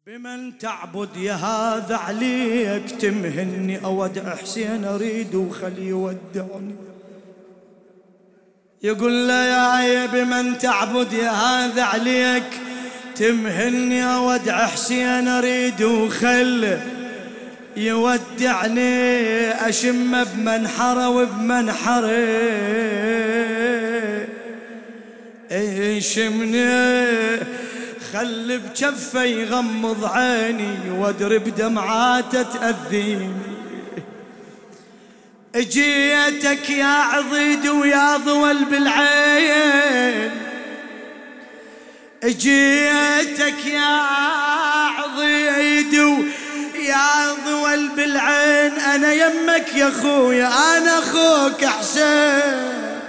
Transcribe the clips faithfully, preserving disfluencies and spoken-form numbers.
بمن تعبد يا هذا عليك تمهني أودع حسين أريد وخلي يودعني. يقول له يا عيب بمن تعبد يا هذا عليك تمهني أودع حسين أريد وخل يودعني. أشم بمنحره وبمنحره يشمني خل بجفه يغمض عيني وادري بدمعاته تأذيني. اجيتك يا عضيد ويا ضول بالعين، اجيتك يا عضيد ويا ضول بالعين. انا يمك يا خويا انا اخوك حسين،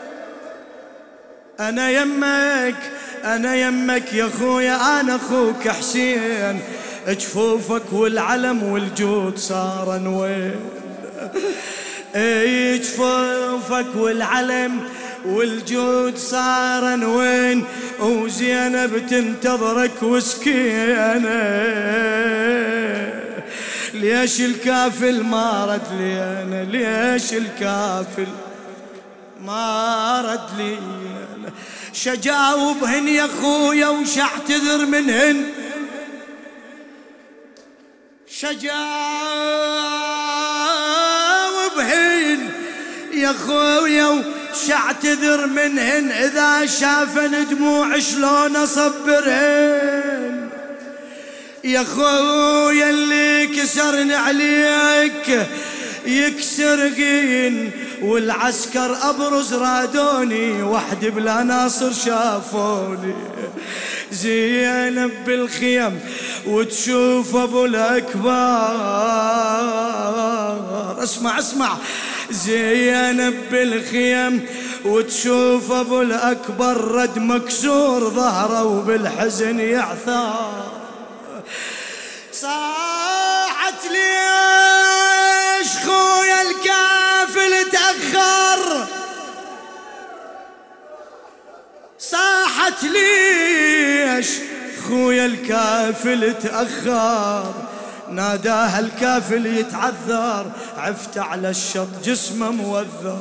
انا يمك أنا يمك يا خويا أنا أخوك حسين. جفوفك والعلم والجود صار وين، جفوفك والعلم والجود صار وين. وزينب تنتظرك وسكينة، ليش الكافل ما رد لي أنا، ليش الكافل ما رد لي أنا. شجاوبهن يا خويا وش اعتذر منهن، شجاوبهن يا خويا وش اعتذر منهن. اذا شافن دموع شلون اصبرهن. يا خويا اللي كسرن عليك يكسر قين، والعسكر أبرز رادوني وحدي بلا ناصر شافوني. زينب بالخيم وتشوف أبو الأكبر، اسمع اسمع. زينب بالخيم وتشوف أبو الأكبر رد مكسور ظهره وبالحزن يعثر. صاحت ليش خويا الكافل تأخر، صاحت ليش خويا الكافل تأخر. ناداها الكافل يتعذر عفت على الشط جسمه موذر.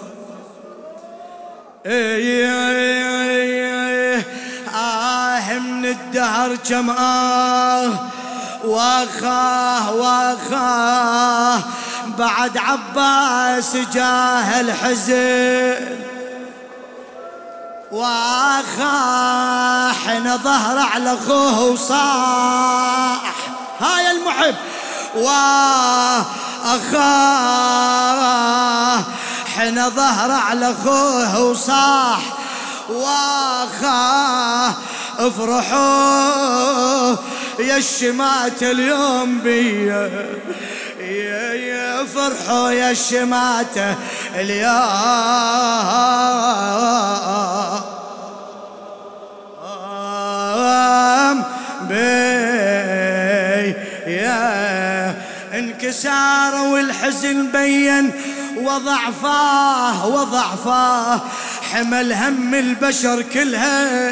ايه ايه آه من الدهر كم آه واخاه واخاه بعد عباس جاه الحزن. واخاه حين ظهر على اخوه وصاح هاي المحب. واخاه حين ظهر على اخوه وصاح. واخاه افرحوا يا الشمات اليوم بيا، يا يا فرحوا يا الشماتة اليوم بي. يا انكسار والحزن بين وضعفاه وضعفاه. حمل هم البشر كلها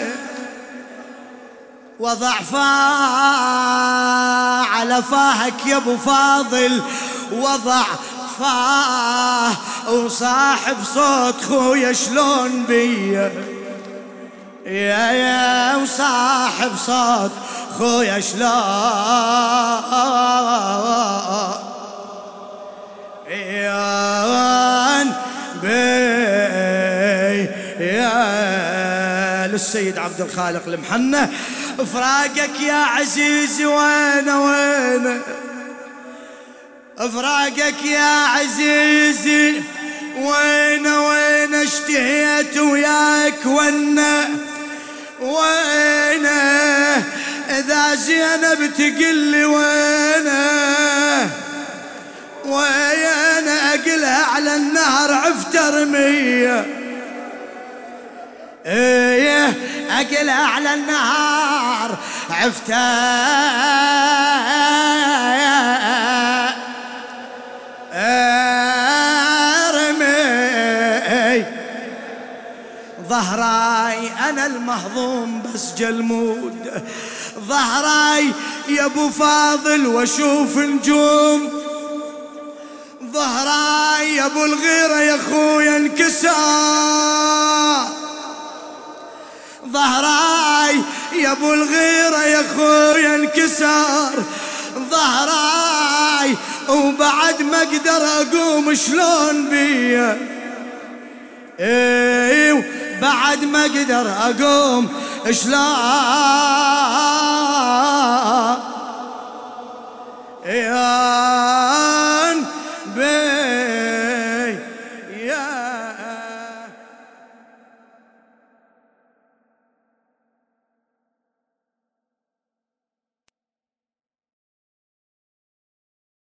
وضعفاه على فاهك يا ابو فاضل وضع فاه. وصاحب صوت خويا شلون بيا، يا يا وصاحب صوت خويا شلون بي. يا للسيد عبد الخالق المحنة فراقك يا عزيزي وين وين، فراقك يا عزيزي وين وين. اشتهيت وياك ونا وين، اذا زينب تقلي وين وين. اقلها على النهر عفت ارميه، ايه اقلها على النهار عفت ارمي. ظهراي انا المهضوم بس جلمود، ظهراي يا ابو فاضل واشوف نجوم ظهراي يا ابو الغيرة يا خويا انكسر ظهراي يا ابو الغيرة يا خويا انكسر ظهراي وبعد ما اقدر اقوم شلون بيا ايوه بعد ما اقدر اقوم شلون يا